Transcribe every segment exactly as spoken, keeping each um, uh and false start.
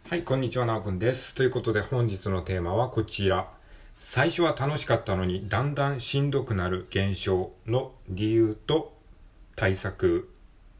はい、こんにちは、なおくんです。ということで本日のテーマはこちら。最初は楽しかったのにだんだんしんどくなる現象の理由と対策。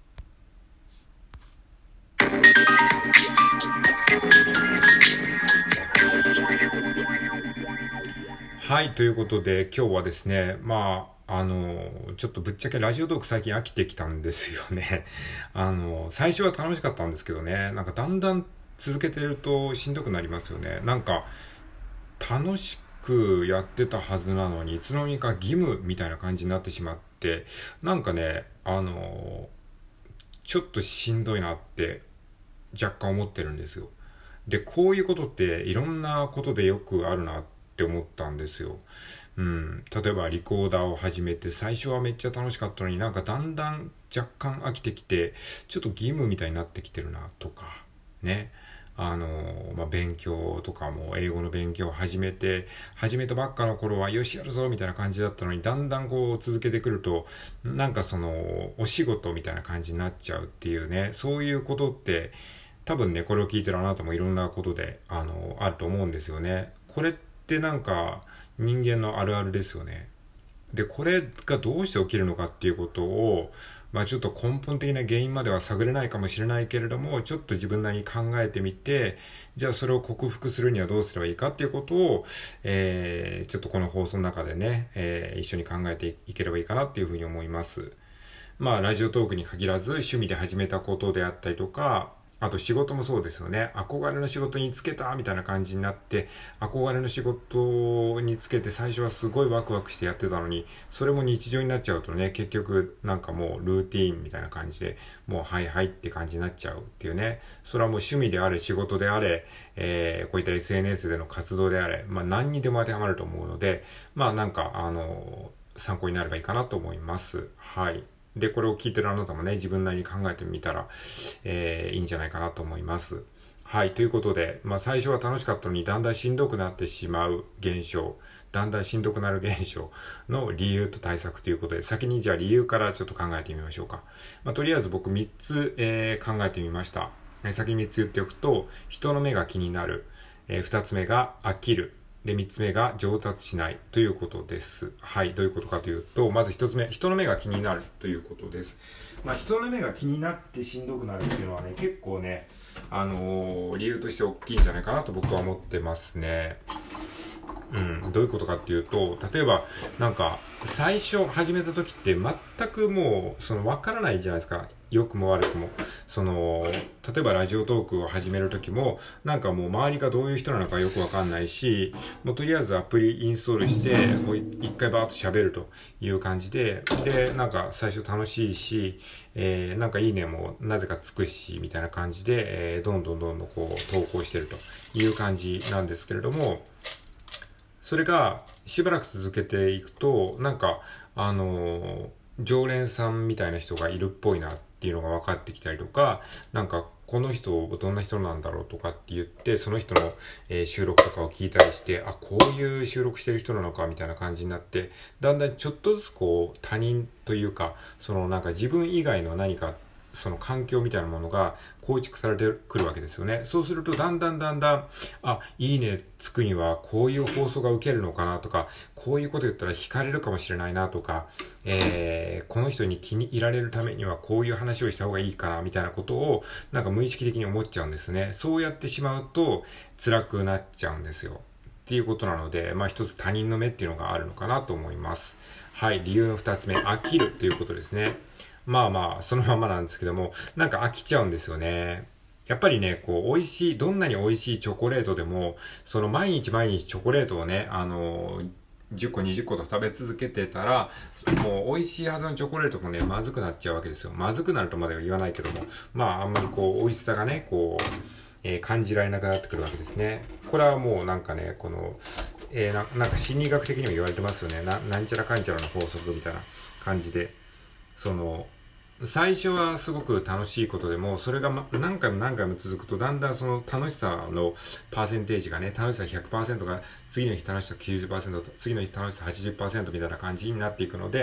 はい、ということで今日はですね、まあ、あの、ちょっとぶっちゃけラジオトーク最近飽きてきたんですよね。あの、最初は楽しかったんですけどね、なんかだんだん続けてるとしんどくなりますよね。なんか、楽しくやってたはずなのに、いつの間にか義務みたいな感じになってしまって、なんかね、あの、ちょっとしんどいなって若干思ってるんですよ。で、こういうことっていろんなことでよくあるなって思ったんですよ。うん。例えばリコーダーを始めて最初はめっちゃ楽しかったのになんかだんだん若干飽きてきて、ちょっと義務みたいになってきてるなとか、ね。あの、まあ、勉強とかも英語の勉強を始めて、始めたばっかの頃はよしやるぞみたいな感じだったのに、だんだんこう続けてくると、なんかその、お仕事みたいな感じになっちゃうっていうね、そういうことって、多分ね、これを聞いてるあなたもいろんなことで、あの、あると思うんですよね。これってなんか人間のあるあるですよね。で、これがどうして起きるのかっていうことを、まあちょっと根本的な原因までは探れないかもしれないけれども、ちょっと自分なりに考えてみて、じゃあそれを克服するにはどうすればいいかっていうことを、えー、ちょっとこの放送の中でね、えー、一緒に考えていければいいかなっていうふうに思います。まあラジオトークに限らず趣味で始めたことであったりとか、あと仕事もそうですよね。憧れの仕事に就けたみたいな感じになって、憧れの仕事に就けて最初はすごいワクワクしてやってたのに、それも日常になっちゃうとね、結局なんかもうルーティーンみたいな感じで、もうはいはいって感じになっちゃうっていうね。それはもう趣味であれ、仕事であれ、えー、こういった エスエヌエス での活動であれ、まあ何にでも当てはまると思うので、まあなんかあの、参考になればいいかなと思います。はい。で、これを聞いてるあなたもね、自分なりに考えてみたら、えー、いいんじゃないかなと思います。はい。ということで、まあ最初は楽しかったのにだんだんしんどくなってしまう現象、だんだんしんどくなる現象の理由と対策ということで、先にじゃあ理由からちょっと考えてみましょうか。まあとりあえず僕みっつ、えー、考えてみました。えー、先にみっつ言っておくと、人の目が気になる。えー、ふたつめが飽きる。で、三つ目が上達しないということです。はい。どういうことかというと、まず一つ目、人の目が気になるということです。まあ、人の目が気になってしんどくなるっていうのはね、結構ね、あのー、理由として大きいんじゃないかなと僕は思ってますね。うん、どういうことかっていうと、例えば、なんか、最初始めた時って全くもう、その、わからないじゃないですか。良くも悪くも。その、例えばラジオトークを始める時も、なんかもう周りがどういう人なのかよくわかんないし、もうとりあえずアプリインストールして、もう一回バーッと喋るという感じで、で、なんか最初楽しいし、えー、なんかいいねもなぜかつくし、みたいな感じで、えー、どんどんどんどんこう投稿してるという感じなんですけれども、それがしばらく続けていくと、なんか、あの、常連さんみたいな人がいるっぽいなっていうのが分かってきたりとか、なんか、この人、どんな人なんだろうとかって言って、その人の、えー収録とかを聞いたりして、あ、こういう収録してる人なのかみたいな感じになって、だんだんちょっとずつこう、他人というか、そのなんか自分以外の何かその環境みたいなものが構築されてくるわけですよね。そうするとだんだんだんだん、あ、いいねつくにはこういう放送が受けるのかなとか、こういうこと言ったら惹かれるかもしれないなとか、えー、この人に気に入られるためにはこういう話をした方がいいかなみたいなことをなんか無意識的に思っちゃうんですね。そうやってしまうと辛くなっちゃうんですよ。っていうことなので、まあ一つ他人の目っていうのがあるのかなと思います。はい、理由の二つ目、飽きるということですね。まあまあ、そのままなんですけども、なんか飽きちゃうんですよね。やっぱりね、こう、美味しい、どんなに美味しいチョコレートでも、その毎日毎日チョコレートをね、あのじゅっこにじゅっこと食べ続けてたら、もう美味しいはずのチョコレートもね、まずくなっちゃうわけですよ。まずくなるとまでは言わないけども、まああんまりこう、美味しさがね、こう、えー感じられなくなってくるわけですね。これはもうなんかね、この、えーな、なんか心理学的にも言われてますよね。な、なんちゃらかんちゃらの法則みたいな感じで、その、最初はすごく楽しいことでも、それが何回も何回も続くと、だんだんその楽しさのパーセンテージがね、楽しさひゃくパーセントが次の日楽しさきゅうじゅっパーセント、次の日楽しさはちじゅっパーセントみたいな感じになっていくので、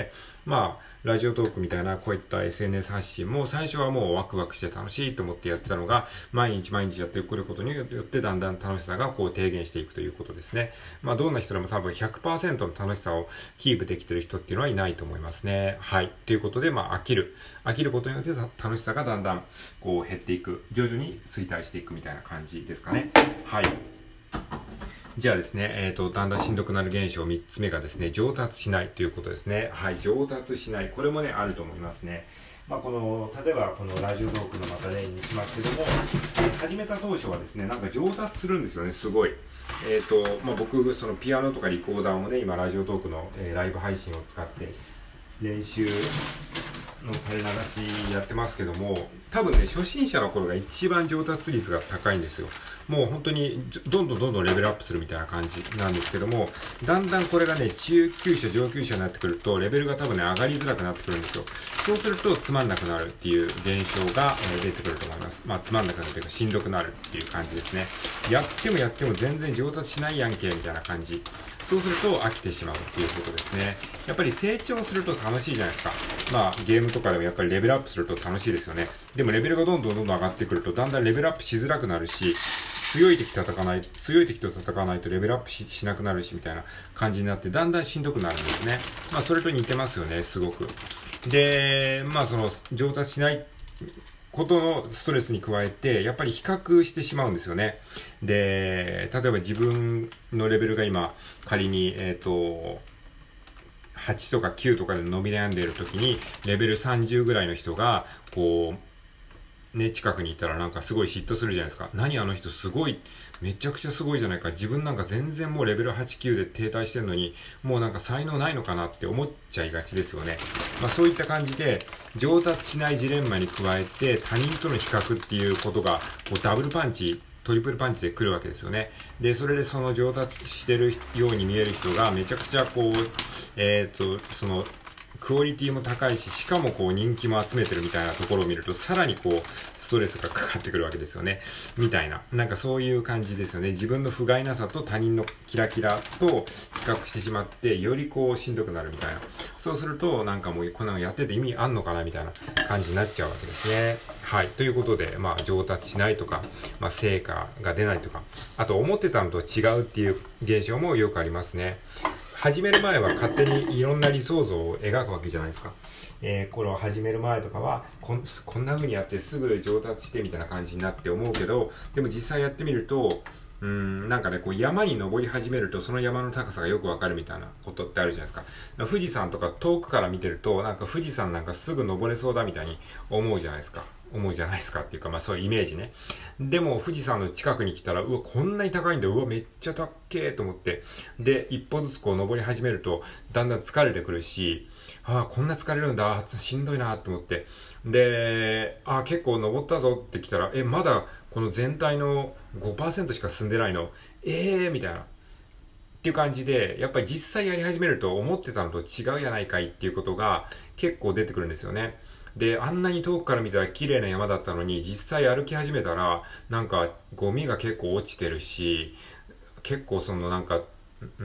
まあ、ラジオトークみたいなこういった エスエヌエス 発信も最初はもうワクワクして楽しいと思ってやってたのが、毎日毎日やってくることによってだんだん楽しさがこう低減していくということですね。まあ、どんな人でも多分 ひゃくパーセント の楽しさをキープできてる人っていうのはいないと思いますね。はい。ということで、まあ、飽きる。飽きることによって楽しさがだんだんこう減っていく。徐々に衰退していくみたいな感じですかね。はい。じゃあですね、えっと、だんだんしんどくなる現象みっつめがですね、上達しないということですね。はい、上達しない。これもね、あると思いますね。まあ、この、例えばこのラジオトークのまた例にしますけども、えー、始めた当初はですね、なんか上達するんですよね、すごい。えっと、まあ、僕、そのピアノとかリコーダーもね、今ラジオトークの、えー、ライブ配信を使って練習の垂れ流しやってますけども、多分ね、初心者の頃が一番上達率が高いんですよ。もう本当にどんどんどんどんレベルアップするみたいな感じなんですけども、だんだんこれがね、中級者、上級者になってくると、レベルが多分ね、上がりづらくなってくるんですよ。そうすると、つまんなくなるっていう現象が、えー、出てくると思います。まあ、つまんなくなるというか、しんどくなるっていう感じですね。やってもやっても全然上達しないやんけ、みたいな感じ。そうすると飽きてしまうっていうことですね。やっぱり成長すると楽しいじゃないですか。まあゲームとかでもやっぱりレベルアップすると楽しいですよね。でもレベルがどんどんどんどん上がってくるとだんだんレベルアップしづらくなるし、強い敵と戦わない、強い敵と戦わないとレベルアップ し, しなくなるしみたいな感じになってだんだんしんどくなるんですね。まあそれと似てますよね、すごく。で、まあその上達しないことのストレスに加えて、やっぱり比較してしまうんですよね。で、例えば自分のレベルが今、仮に、えっと、はちとかきゅうとかで伸び悩んでいる時に、レベルさんじゅうぐらいの人が、こう、ね、近くにいたらなんかすごい嫉妬するじゃないですか。何あの人すごい、めちゃくちゃすごいじゃないか。自分なんか全然もうレベルはち、きゅうで停滞してるのに、もうなんか才能ないのかなって思っちゃいがちですよね。まあそういった感じで、上達しないジレンマに加えて、他人との比較っていうことが、こうダブルパンチ、トリプルパンチで来るわけですよね。で、それでその上達してるように見える人がめちゃくちゃこう、えっと、その、クオリティも高いし、しかもこう人気も集めてるみたいなところを見ると、さらにこう、ストレスがかかってくるわけですよね。みたいな。なんかそういう感じですよね。自分の不甲斐なさと他人のキラキラと比較してしまって、よりこうしんどくなるみたいな。そうすると、なんかもうこんなのやってて意味あんのかなみたいな感じになっちゃうわけですね。はい。ということで、まあ上達しないとか、まあ成果が出ないとか、あと思ってたのと違うっていう現象もよくありますね。始める前は勝手にいろんな理想像を描くわけじゃないですか。えー、これを始める前とかはこん、こんな風にやってすぐ上達してみたいな感じになって思うけど、でも実際やってみると、うーん、なんかね、こう山に登り始めるとその山の高さがよくわかるみたいなことってあるじゃないですか。富士山とか遠くから見てると、なんか富士山なんかすぐ登れそうだみたいに思うじゃないですか。思うじゃないですかっていうか、まあそういうイメージね。でも富士山の近くに来たら、うわ、こんなに高いんだ、うわ、めっちゃ高えと思って。で、一歩ずつこう登り始めると、だんだん疲れてくるし、ああ、こんな疲れるんだ、しんどいなと思って。で、ああ、結構登ったぞって来たら、え、まだこの全体の ごパーセント しか進んでないのええー、みたいな。っていう感じで、やっぱり実際やり始めると思ってたのと違うやないかいっていうことが結構出てくるんですよね。で、あんなに遠くから見たら綺麗な山だったのに、実際歩き始めたら、なんかゴミが結構落ちてるし、結構そのなんか、うん、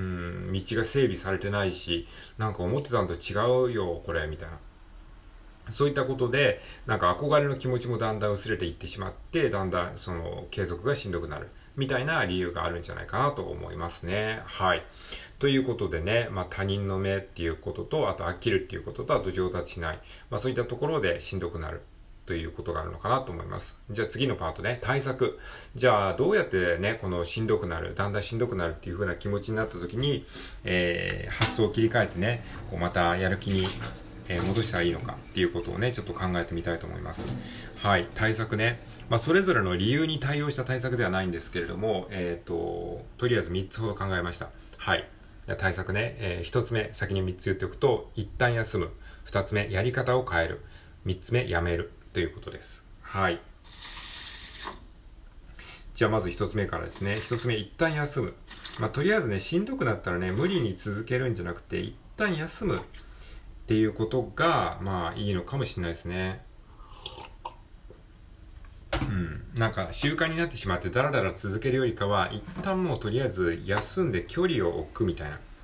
道が整備されてないし、なんか思ってたのと違うよ、これ、みたいな。そういったことで、なんか憧れの気持ちもだんだん薄れていってしまって、だんだんその継続がしんどくなる。みたいな理由があるんじゃないかなと思いますね。はい。ということでね、まあ他人の目っていうことと、あと飽きるっていうことと、あと上達しない。まあそういったところでしんどくなるということがあるのかなと思います。じゃあ次のパートね、対策。じゃあどうやってね、このしんどくなる、だんだんしんどくなるっていう風な気持ちになった時に、えー、発想を切り替えてね、こうまたやる気にえー、戻したらいいのかっていうことをね、ちょっと考えてみたいと思います。はい、対策ね。まあ、それぞれの理由に対応した対策ではないんですけれども、えっと、とりあえずみっつほど考えました。はい。対策ね、えー、ひとつめ、先にみっつ言っておくと、一旦休む。ふたつめ、やり方を変える。みっつめ、やめる。ということです。はい。じゃあまずひとつめからですね。ひとつめ、一旦休む。まあ、とりあえずね、しんどくなったらね、無理に続けるんじゃなくて、一旦休む。っていうことが、まあいいのかもしれないですね。うん。なんか習慣になってしまってダラダラ続けるよりかは、一旦もうとりあえず休んで距離を置くみたいな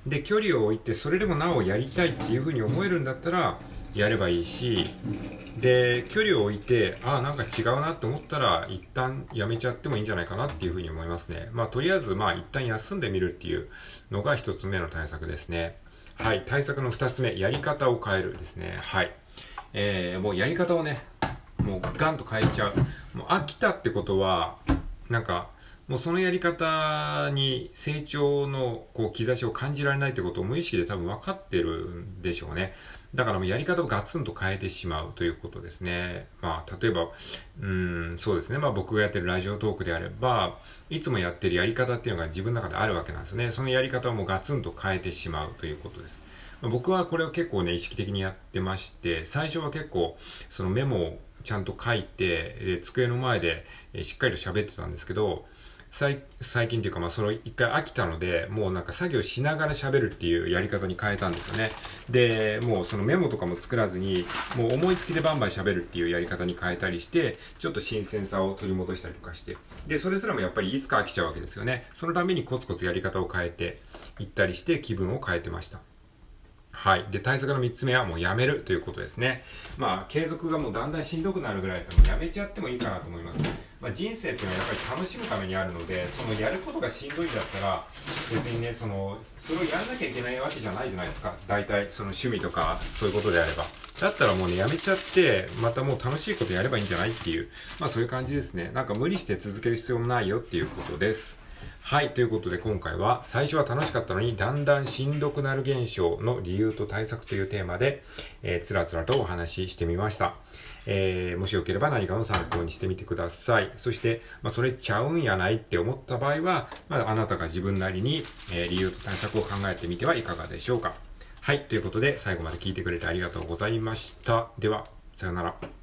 で、距離を置いて、それでもなおやりたいっていうふうに思えるんだったら、やればいいし、で、距離を置いて、ああ、なんか違うなって思ったら、一旦やめちゃってもいいんじゃないかなっていうふうに思いますね。まあ、とりあえず、まあ、一旦休んでみるっていうのが一つ目の対策ですね。はい。対策の二つ目、やり方を変えるですね。はい。えー、もうやり方をね、もうガンと変えちゃう。もう飽きたってことは、なんか、もうそのやり方に成長のこう兆しを感じられないということを無意識で多分分かってるんでしょうね。だからもうやり方をガツンと変えてしまうということですね。まあ例えば、うーん、そうですね。まあ僕がやってるラジオトークであれば、いつもやってるやり方っていうのが自分の中であるわけなんですよね。そのやり方をもうガツンと変えてしまうということです。僕はこれを結構ね、意識的にやってまして、最初は結構そのメモをちゃんと書いて、で机の前でしっかりと喋ってたんですけど、最最近というか、まあ、その一回飽きたので、もうなんか作業しながら喋るっていうやり方に変えたんですよね。で、もうそのメモとかも作らずに、もう思いつきでバンバン喋るっていうやり方に変えたりして、ちょっと新鮮さを取り戻したりとかして、で、それすらもやっぱりいつか飽きちゃうわけですよね。そのためにコツコツやり方を変えていったりして気分を変えてました。はい。で、対策の三つ目はもうやめるということですね。まあ、継続がもうだんだんしんどくなるぐらいだったらもうやめちゃってもいいかなと思います。まあ、人生っていうのはやっぱり楽しむためにあるので、そのやることがしんどいんだったら、別にね、その、それをやらなきゃいけないわけじゃないじゃないですか。大体、その趣味とか、そういうことであれば。だったらもうね、やめちゃって、またもう楽しいことやればいいんじゃないっていう、まあそういう感じですね。なんか無理して続ける必要もないよっていうことです。はい。ということで今回は最初は楽しかったのにだんだんしんどくなる現象の理由と対策というテーマで、えー、つらつらとお話ししてみました。えー、もしよければ何かの参考にしてみてください。そして、まあ、それちゃうんやないって思った場合は、まあ、あなたが自分なりに、えー、理由と対策を考えてみてはいかがでしょうか。はい。ということで最後まで聞いてくれてありがとうございました。では、さよなら。